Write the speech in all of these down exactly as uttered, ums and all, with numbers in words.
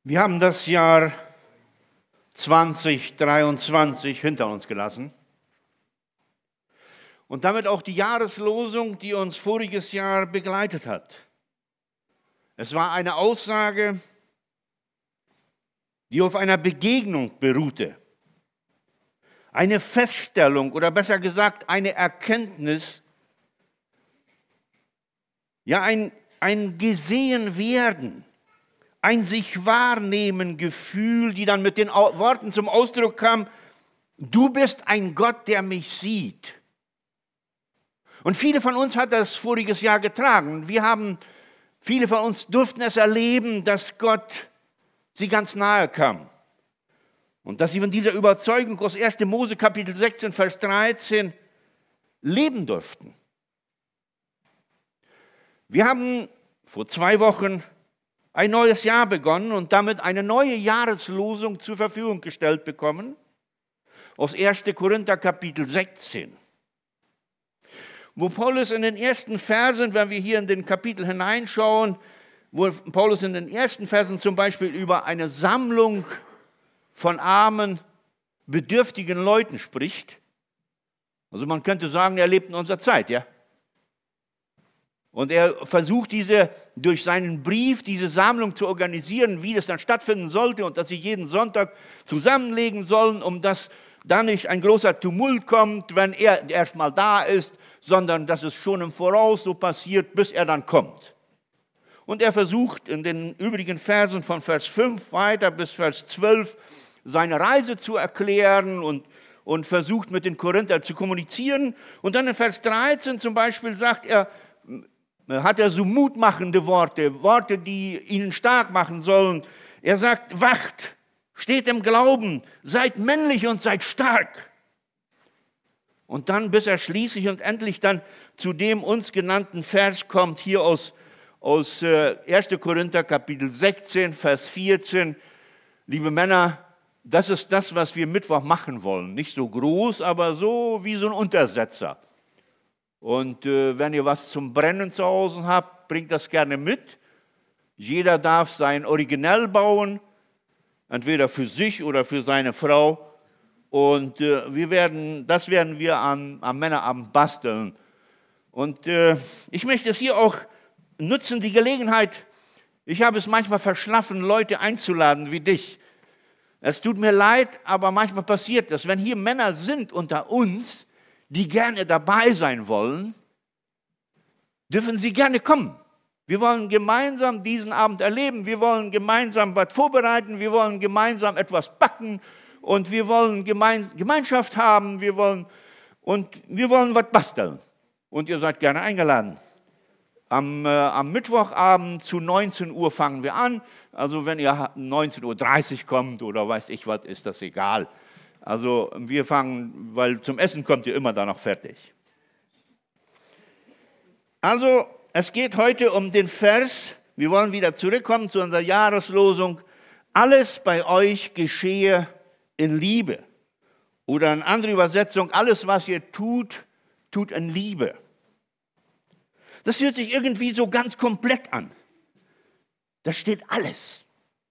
Wir haben das Jahr zwanzig dreiundzwanzig hinter uns gelassen und damit auch die Jahreslosung, die uns voriges Jahr begleitet hat. Es war eine Aussage, die auf einer Begegnung beruhte. Eine Feststellung oder besser gesagt eine Erkenntnis, ja ein, ein Gesehenwerden, ein sich wahrnehmen Gefühl, die dann mit den Worten zum Ausdruck kam: Du bist ein Gott, der mich sieht. Und viele von uns hat das voriges Jahr getragen. Wir haben, viele von uns durften es erleben, dass Gott sie ganz nahe kam. Und dass sie von dieser Überzeugung aus erster Mose Kapitel sechzehn, Vers dreizehn leben durften. Wir haben vor zwei Wochen ein neues Jahr begonnen und damit eine neue Jahreslosung zur Verfügung gestellt bekommen, aus erster Korinther Kapitel sechzehn. Wo Paulus in den ersten Versen, wenn wir hier in den Kapitel hineinschauen, wo Paulus in den ersten Versen zum Beispiel über eine Sammlung von armen, bedürftigen Leuten spricht. Also man könnte sagen, er lebt in unserer Zeit, ja. Und er versucht diese, durch seinen Brief diese Sammlung zu organisieren, wie das dann stattfinden sollte und dass sie jeden Sonntag zusammenlegen sollen, um dass da nicht ein großer Tumult kommt, wenn er erstmal da ist, sondern dass es schon im Voraus so passiert, bis er dann kommt. Und er versucht in den übrigen Versen von Vers fünf weiter bis Vers zwölf seine Reise zu erklären und, und versucht mit den Korinthern zu kommunizieren. Und dann in Vers dreizehn zum Beispiel sagt er, hat er so mutmachende Worte, Worte, die ihnen stark machen sollen. Er sagt, wacht, steht im Glauben, seid männlich und seid stark. Und dann, bis er schließlich und endlich dann zu dem uns genannten Vers kommt, hier aus, aus äh, erster Korinther Kapitel sechzehn, Vers vierzehn. Liebe Männer, das ist das, was wir Mittwoch machen wollen. Nicht so groß, aber so wie so ein Untersetzer. Und äh, wenn ihr was zum Brennen zu Hause habt, bringt das gerne mit. Jeder darf sein Originell bauen, entweder für sich oder für seine Frau. Und äh, wir werden, das werden wir am, am Männerabend basteln. Und äh, ich möchte es hier auch nutzen, die Gelegenheit. Ich habe es manchmal verschlafen, Leute einzuladen wie dich. Es tut mir leid, aber manchmal passiert das. Wenn hier Männer sind unter uns, die gerne dabei sein wollen, dürfen sie gerne kommen. Wir wollen gemeinsam diesen Abend erleben, wir wollen gemeinsam was vorbereiten, wir wollen gemeinsam etwas backen und wir wollen Gemein- Gemeinschaft haben, wir wollen, und wir wollen was basteln. Und ihr seid gerne eingeladen. Am, äh, am Mittwochabend zu neunzehn Uhr fangen wir an. Also wenn ihr neunzehn Uhr dreißig kommt oder weiß ich was, ist das egal. Also wir fangen, weil zum Essen kommt ihr immer da noch fertig. Also es geht heute um den Vers, wir wollen wieder zurückkommen zu unserer Jahreslosung, alles bei euch geschehe in Liebe. Oder in anderer Übersetzung, alles was ihr tut, tut in Liebe. Das hört sich irgendwie so ganz komplett an. Da steht alles.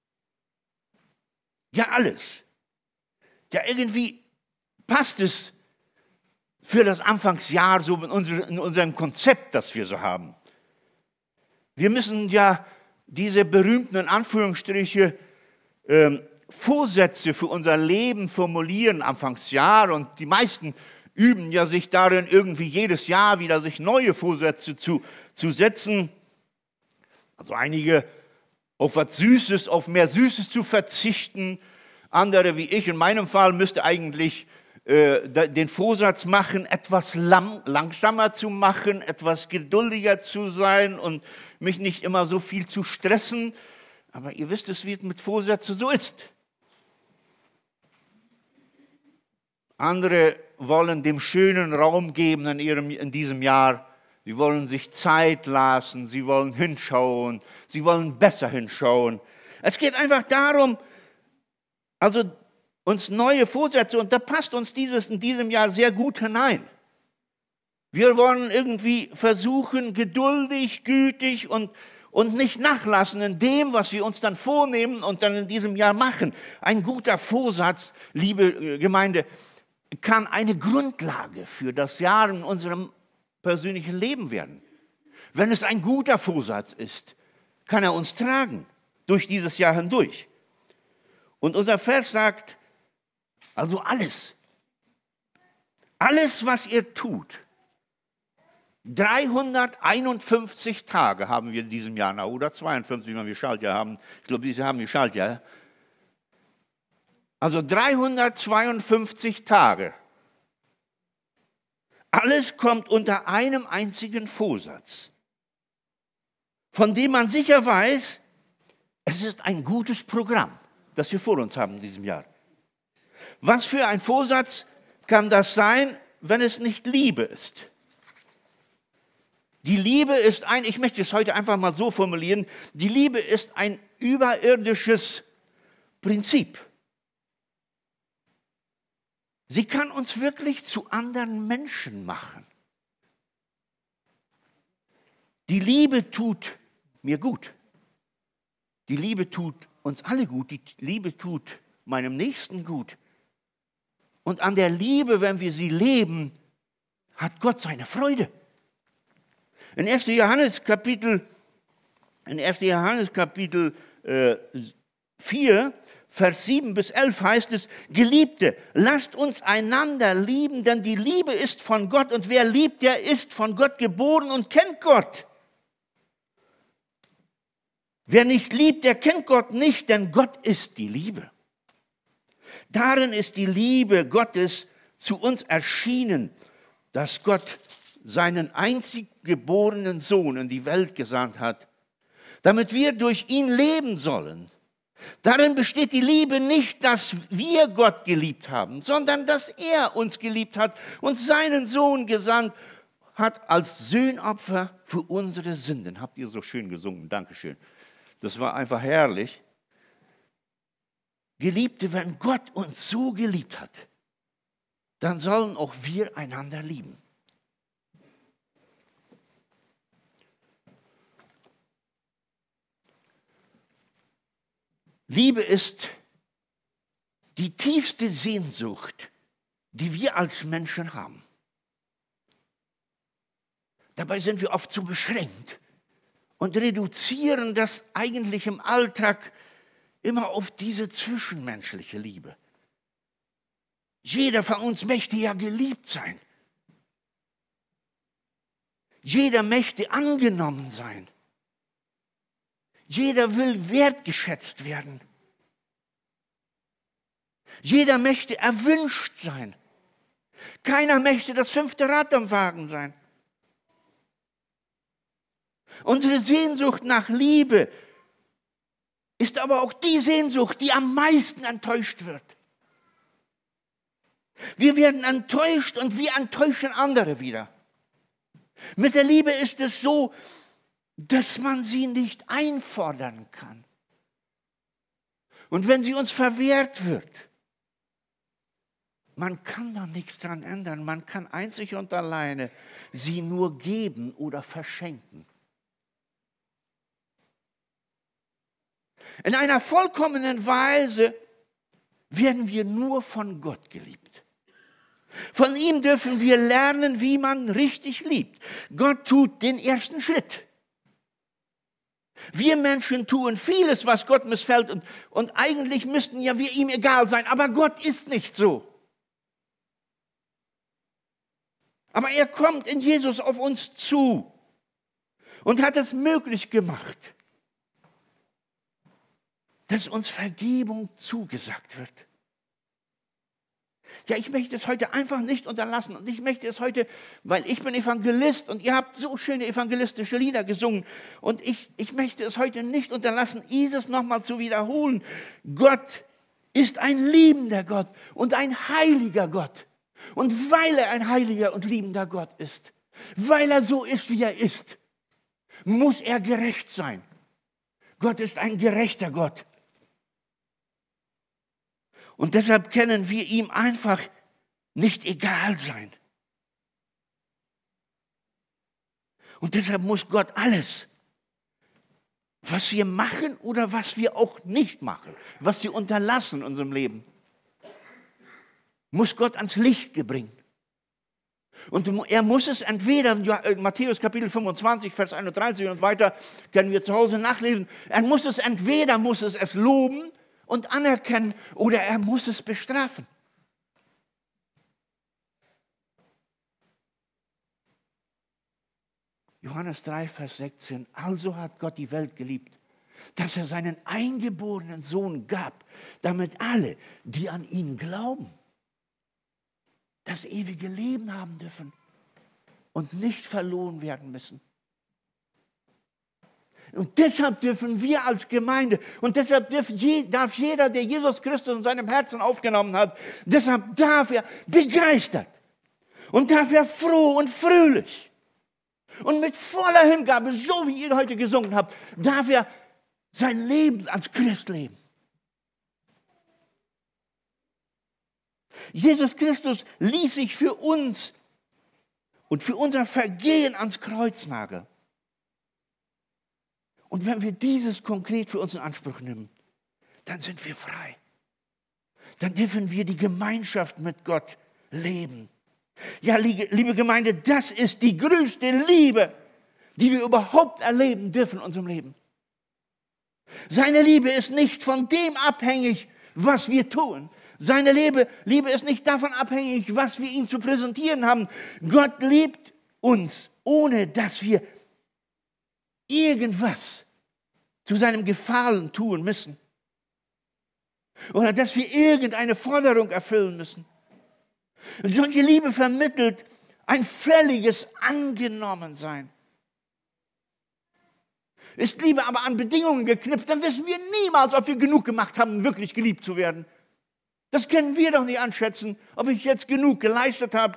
Ja, alles. Ja, irgendwie passt es für das Anfangsjahr so in, unsere, in unserem Konzept, das wir so haben. Wir müssen ja diese berühmten, in Anführungsstriche, ähm, Vorsätze für unser Leben formulieren Anfangsjahr. Und die meisten üben ja sich darin, irgendwie jedes Jahr wieder sich neue Vorsätze zu, zu setzen. Also einige auf was Süßes, auf mehr Süßes zu verzichten. Andere, wie ich in meinem Fall, müsste eigentlich äh, den Vorsatz machen, etwas lang, langsamer zu machen, etwas geduldiger zu sein und mich nicht immer so viel zu stressen. Aber ihr wisst es, wie es mit Vorsätzen so ist. Andere wollen dem schönen Raum geben in, ihrem, in diesem Jahr. Sie wollen sich Zeit lassen, sie wollen hinschauen, sie wollen besser hinschauen. Es geht einfach darum, also uns neue Vorsätze, und da passt uns dieses in diesem Jahr sehr gut hinein. Wir wollen irgendwie versuchen, geduldig, gütig und, und nicht nachlassen in dem, was wir uns dann vornehmen und dann in diesem Jahr machen. Ein guter Vorsatz, liebe Gemeinde, kann eine Grundlage für das Jahr in unserem persönlichen Leben werden. Wenn es ein guter Vorsatz ist, kann er uns tragen durch dieses Jahr hindurch. Und unser Vers sagt, also alles, alles, was ihr tut, dreihunderteinundfünfzig Tage haben wir in diesem Jahr, na, oder zweiundfünfzig, wenn wir Schaltjahr haben. Ich glaube, diese haben wir Schaltjahr. Also dreihundertzweiundfünfzig Tage. Alles kommt unter einem einzigen Vorsatz, von dem man sicher weiß, es ist ein gutes Programm, das wir vor uns haben in diesem Jahr. Was für ein Vorsatz kann das sein, wenn es nicht Liebe ist? Die Liebe ist ein, ich möchte es heute einfach mal so formulieren, die Liebe ist ein überirdisches Prinzip. Sie kann uns wirklich zu anderen Menschen machen. Die Liebe tut mir gut. Die Liebe tut uns alle gut. Die Liebe tut meinem Nächsten gut. Und an der Liebe, wenn wir sie leben, hat Gott seine Freude. In ersten Johannes Kapitel, in ersten Johannes Kapitel äh, vier, Vers sieben bis elf heißt es, Geliebte, lasst uns einander lieben, denn die Liebe ist von Gott und wer liebt, der ist von Gott geboren und kennt Gott. Wer nicht liebt, der kennt Gott nicht, denn Gott ist die Liebe. Darin ist die Liebe Gottes zu uns erschienen, dass Gott seinen einzig geborenen Sohn in die Welt gesandt hat, damit wir durch ihn leben sollen. Darin besteht die Liebe nicht, dass wir Gott geliebt haben, sondern dass er uns geliebt hat und seinen Sohn gesandt hat als Sühnopfer für unsere Sünden. Habt ihr so schön gesungen, Dankeschön. Das war einfach herrlich. Geliebte, wenn Gott uns so geliebt hat, dann sollen auch wir einander lieben. Liebe ist die tiefste Sehnsucht, die wir als Menschen haben. Dabei sind wir oft zu beschränkt und reduzieren das eigentlich im Alltag immer auf diese zwischenmenschliche Liebe. Jeder von uns möchte ja geliebt sein. Jeder möchte angenommen sein. Jeder will wertgeschätzt werden. Jeder möchte erwünscht sein. Keiner möchte das fünfte Rad am Wagen sein. Unsere Sehnsucht nach Liebe ist aber auch die Sehnsucht, die am meisten enttäuscht wird. Wir werden enttäuscht und wir enttäuschen andere wieder. Mit der Liebe ist es so, dass man sie nicht einfordern kann. Und wenn sie uns verwehrt wird, man kann da nichts dran ändern. Man kann einzig und alleine sie nur geben oder verschenken. In einer vollkommenen Weise werden wir nur von Gott geliebt. Von ihm dürfen wir lernen, wie man richtig liebt. Gott tut den ersten Schritt. Wir Menschen tun vieles, was Gott missfällt und, und eigentlich müssten ja wir ihm egal sein, aber Gott ist nicht so. Aber er kommt in Jesus auf uns zu und hat es möglich gemacht, dass uns Vergebung zugesagt wird. Ja, ich möchte es heute einfach nicht unterlassen und ich möchte es heute, weil ich bin Evangelist und ihr habt so schöne evangelistische Lieder gesungen und ich, ich möchte es heute nicht unterlassen, dieses nochmal zu wiederholen. Gott ist ein liebender Gott und ein heiliger Gott. Und weil er ein heiliger und liebender Gott ist, weil er so ist, wie er ist, muss er gerecht sein. Gott ist ein gerechter Gott. Und deshalb können wir ihm einfach nicht egal sein. Und deshalb muss Gott alles was wir machen oder was wir auch nicht machen, was wir unterlassen in unserem Leben, muss Gott ans Licht bringen. Und er muss es entweder, Matthäus Kapitel fünfundzwanzig, Vers einunddreißig und weiter, können wir zu Hause nachlesen, er muss es entweder, muss es es loben und anerkennen oder er muss es bestrafen. Johannes drei, Vers sechzehn, also hat Gott die Welt geliebt, dass er seinen eingeborenen Sohn gab, damit alle, die an ihn glauben, das ewige Leben haben dürfen und nicht verloren werden müssen. Und deshalb dürfen wir als Gemeinde, und deshalb darf jeder, der Jesus Christus in seinem Herzen aufgenommen hat, deshalb darf er begeistert und darf er froh und fröhlich und mit voller Hingabe, so wie ihr heute gesungen habt, darf er sein Leben als Christ leben. Jesus Christus ließ sich für uns und für unser Vergehen ans Kreuz nageln. Und wenn wir dieses konkret für uns in Anspruch nehmen, dann sind wir frei. Dann dürfen wir die Gemeinschaft mit Gott leben. Ja, liebe Gemeinde, das ist die größte Liebe, die wir überhaupt erleben dürfen in unserem Leben. Seine Liebe ist nicht von dem abhängig, was wir tun. Seine Liebe, Liebe ist nicht davon abhängig, was wir ihm zu präsentieren haben. Gott liebt uns, ohne dass wir irgendwas zu seinem Gefallen tun müssen. Oder dass wir irgendeine Forderung erfüllen müssen. Solche Liebe vermittelt ein völliges Angenommensein. Ist Liebe aber an Bedingungen geknüpft, dann wissen wir niemals, ob wir genug gemacht haben, wirklich geliebt zu werden. Das können wir doch nicht anschätzen, ob ich jetzt genug geleistet habe.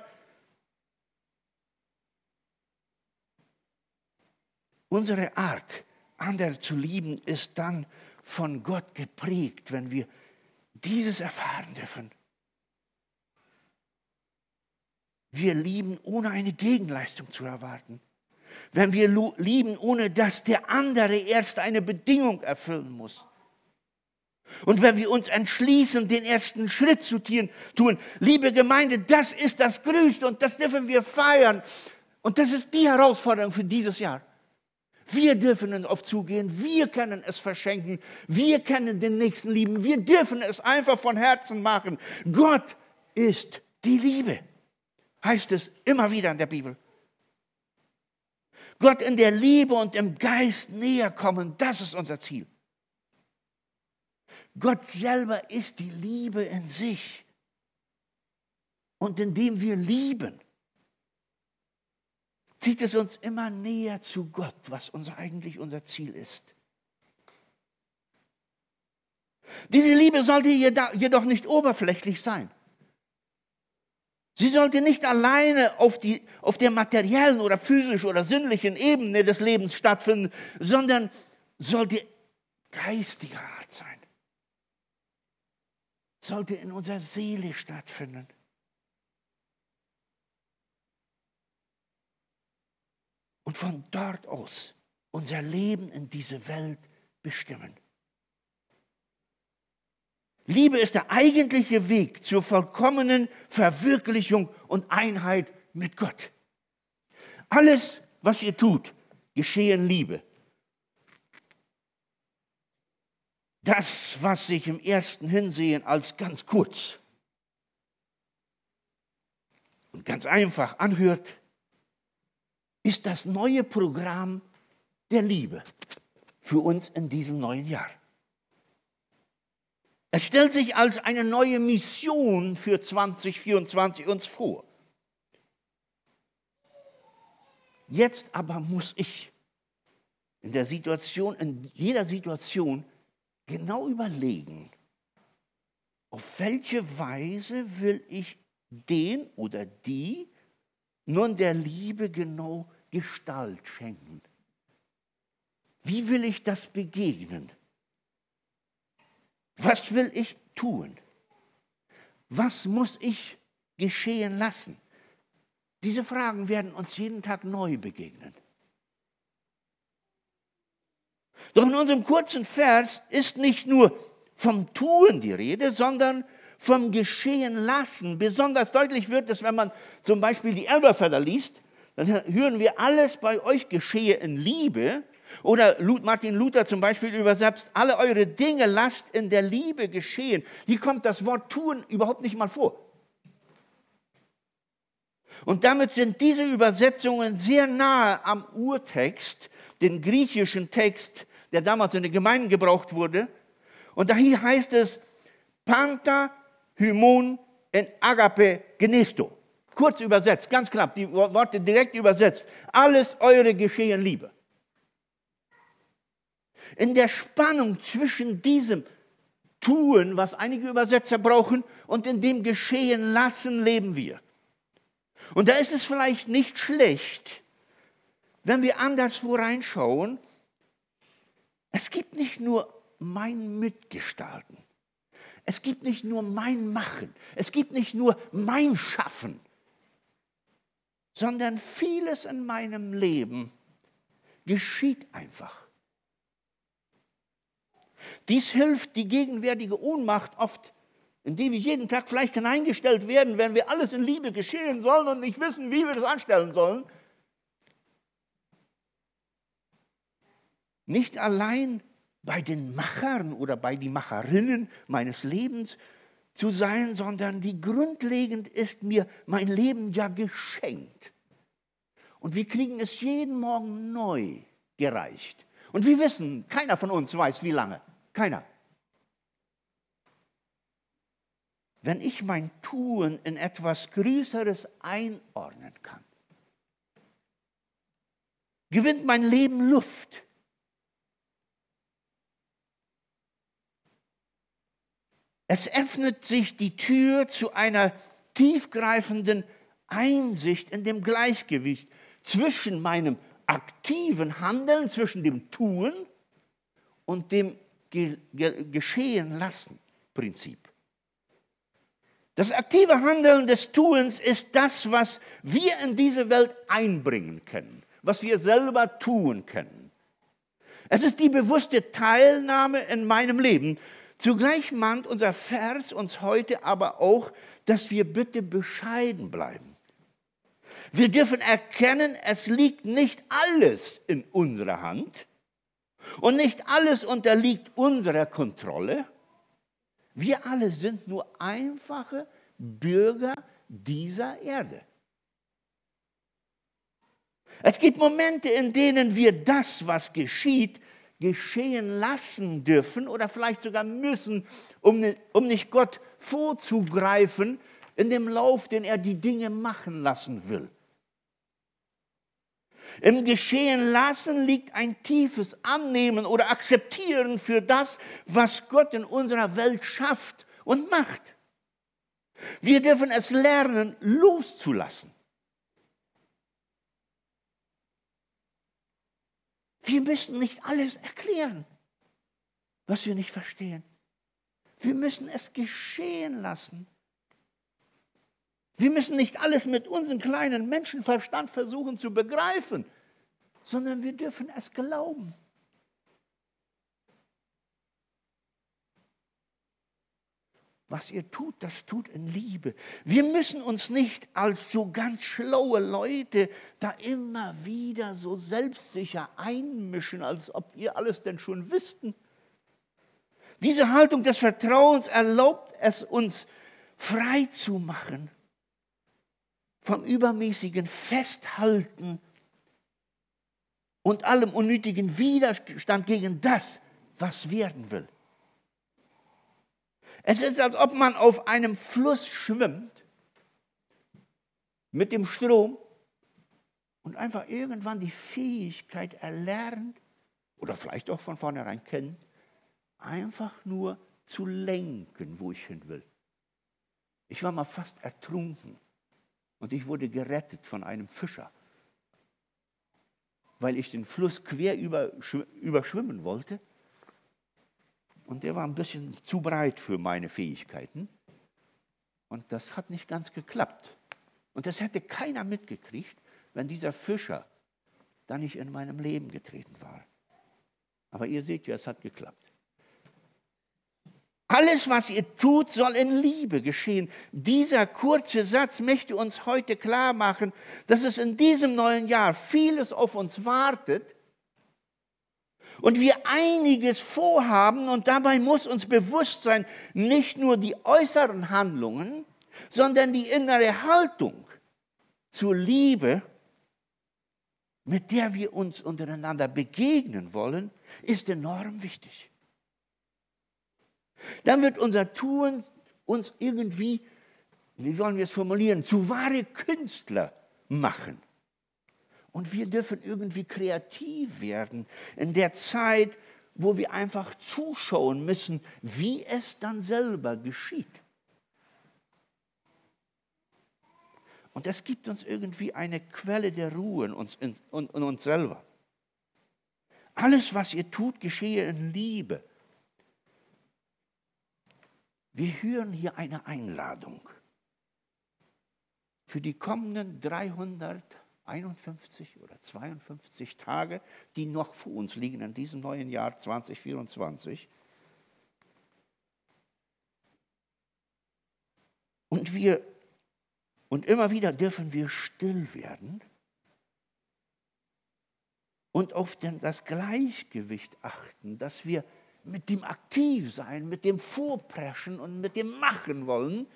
Unsere Art, andere zu lieben, ist dann von Gott geprägt, wenn wir dieses erfahren dürfen. Wir lieben, ohne eine Gegenleistung zu erwarten. Wenn wir lieben, ohne dass der andere erst eine Bedingung erfüllen muss. Und wenn wir uns entschließen, den ersten Schritt zu tun, liebe Gemeinde, das ist das Größte und das dürfen wir feiern. Und das ist die Herausforderung für dieses Jahr. Wir dürfen darauf zugehen, wir können es verschenken, wir können den Nächsten lieben, wir dürfen es einfach von Herzen machen. Gott ist die Liebe, heißt es immer wieder in der Bibel. Gott in der Liebe und im Geist näher kommen, das ist unser Ziel. Gott selber ist die Liebe in sich. Und indem wir lieben, zieht es uns immer näher zu Gott, was unser, eigentlich unser Ziel ist. Diese Liebe sollte jedoch nicht oberflächlich sein. Sie sollte nicht alleine auf, die, auf der materiellen oder physischen oder sinnlichen Ebene des Lebens stattfinden, sondern sollte geistiger Art sein. Sollte in unserer Seele stattfinden. Und von dort aus unser Leben in diese Welt bestimmen. Liebe ist der eigentliche Weg zur vollkommenen Verwirklichung und Einheit mit Gott. Alles, was ihr tut, geschehe in Liebe. Das, was sich im ersten Hinsehen als ganz kurz und ganz einfach anhört, ist das neue Programm der Liebe für uns in diesem neuen Jahr. Es stellt sich als eine neue Mission für zwanzig vierundzwanzig uns vor. Jetzt aber muss ich in der Situation, in jeder Situation genau überlegen, auf welche Weise will ich den oder die nun der Liebe genau Gestalt schenken. Wie will ich das begegnen? Was will ich tun? Was muss ich geschehen lassen? Diese Fragen werden uns jeden Tag neu begegnen. Doch in unserem kurzen Vers ist nicht nur vom Tun die Rede, sondern vom Geschehen lassen. Besonders deutlich wird es, wenn man zum Beispiel die Elberfelder liest, dann hören wir, alles bei euch geschehe in Liebe. Oder Martin Luther zum Beispiel übersetzt, alle eure Dinge lasst in der Liebe geschehen. Hier kommt das Wort tun überhaupt nicht mal vor. Und damit sind diese Übersetzungen sehr nahe am Urtext, den griechischen Text, der damals in den Gemeinden gebraucht wurde. Und daher heißt es, Panta, Hymon, en Agape, Genesto. Kurz übersetzt, ganz knapp, die Worte direkt übersetzt. Alles eure geschehen Liebe. In der Spannung zwischen diesem Tun, was einige Übersetzer brauchen, und in dem Geschehen lassen leben wir. Und da ist es vielleicht nicht schlecht, wenn wir anderswo reinschauen. Es gibt nicht nur mein Mitgestalten. Es gibt nicht nur mein Machen. Es gibt nicht nur mein Schaffen. Sondern vieles in meinem Leben geschieht einfach. Dies hilft, die gegenwärtige Ohnmacht oft, in die wir jeden Tag vielleicht hineingestellt werden, wenn wir alles in Liebe geschehen sollen und nicht wissen, wie wir das anstellen sollen. Nicht allein bei den Machern oder bei den Macherinnen meines Lebens zu sein, sondern die grundlegend ist mir mein Leben ja geschenkt. Und wir kriegen es jeden Morgen neu gereicht. Und wir wissen, keiner von uns weiß, wie lange. Keiner. Wenn ich mein Tun in etwas Größeres einordnen kann, gewinnt mein Leben Luft. Es öffnet sich die Tür zu einer tiefgreifenden Einsicht in dem Gleichgewicht zwischen meinem aktiven Handeln, zwischen dem Tun und dem Ge- Ge- Geschehen lassen Prinzip. Das aktive Handeln des Tuns ist das, was wir in diese Welt einbringen können, was wir selber tun können. Es ist die bewusste Teilnahme in meinem Leben. Zugleich mahnt unser Vers uns heute aber auch, dass wir bitte bescheiden bleiben. Wir dürfen erkennen, es liegt nicht alles in unserer Hand und nicht alles unterliegt unserer Kontrolle. Wir alle sind nur einfache Bürger dieser Erde. Es gibt Momente, in denen wir das, was geschieht, geschehen lassen dürfen oder vielleicht sogar müssen, um, um nicht Gott vorzugreifen in dem Lauf, den er die Dinge machen lassen will. Im Geschehen lassen liegt ein tiefes Annehmen oder Akzeptieren für das, was Gott in unserer Welt schafft und macht. Wir dürfen es lernen, loszulassen. Wir müssen nicht alles erklären, was wir nicht verstehen. Wir müssen es geschehen lassen. Wir müssen nicht alles mit unserem kleinen Menschenverstand versuchen zu begreifen, sondern wir dürfen es glauben. Was ihr tut, das tut in Liebe. Wir müssen uns nicht als so ganz schlaue Leute da immer wieder so selbstsicher einmischen, als ob wir alles denn schon wüssten. Diese Haltung des Vertrauens erlaubt es uns, frei zu machen vom übermäßigen Festhalten und allem unnötigen Widerstand gegen das, was werden will. Es ist, als ob man auf einem Fluss schwimmt mit dem Strom und einfach irgendwann die Fähigkeit erlernt oder vielleicht auch von vornherein kennt, einfach nur zu lenken, wo ich hin will. Ich war mal fast ertrunken und ich wurde gerettet von einem Fischer, weil ich den Fluss quer überschwimmen wollte. Und der war ein bisschen zu breit für meine Fähigkeiten. Und das hat nicht ganz geklappt. Und das hätte keiner mitgekriegt, wenn dieser Fischer da nicht in meinem Leben getreten war. Aber ihr seht ja, es hat geklappt. Alles, was ihr tut, soll in Liebe geschehen. Dieser kurze Satz möchte uns heute klar machen, dass es in diesem neuen Jahr vieles auf uns wartet und wir einiges vorhaben. Und dabei muss uns bewusst sein, nicht nur die äußeren Handlungen, sondern die innere Haltung zur Liebe, mit der wir uns untereinander begegnen wollen, ist enorm wichtig. Dann wird unser Tun uns irgendwie, wie wollen wir es formulieren, zu wahre Künstler machen. Und wir dürfen irgendwie kreativ werden in der Zeit, wo wir einfach zuschauen müssen, wie es dann selber geschieht. Und das gibt uns irgendwie eine Quelle der Ruhe in uns, in, in, in uns selber. Alles, was ihr tut, geschehe in Liebe. Wir hören hier eine Einladung für die kommenden dreihunderteinundfünfzig oder zweiundfünfzig Tage, die noch vor uns liegen in diesem neuen Jahr zwanzig vierundzwanzig. Und wir und immer wieder dürfen wir still werden und auf den, das Gleichgewicht achten, dass wir mit dem Aktivsein, mit dem Vorpreschen und mit dem Machen wollen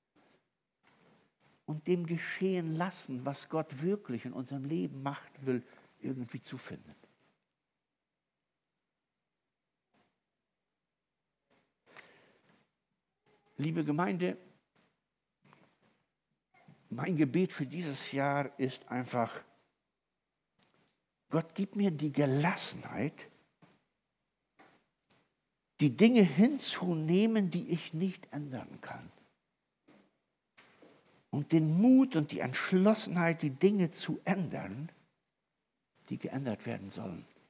und dem geschehen lassen, was Gott wirklich in unserem Leben machen will, irgendwie zu finden. Liebe Gemeinde, mein Gebet für dieses Jahr ist einfach, Gott, gib mir die Gelassenheit, die Dinge hinzunehmen, die ich nicht ändern kann. Und den Mut und die Entschlossenheit, die Dinge zu ändern, die geändert werden sollen.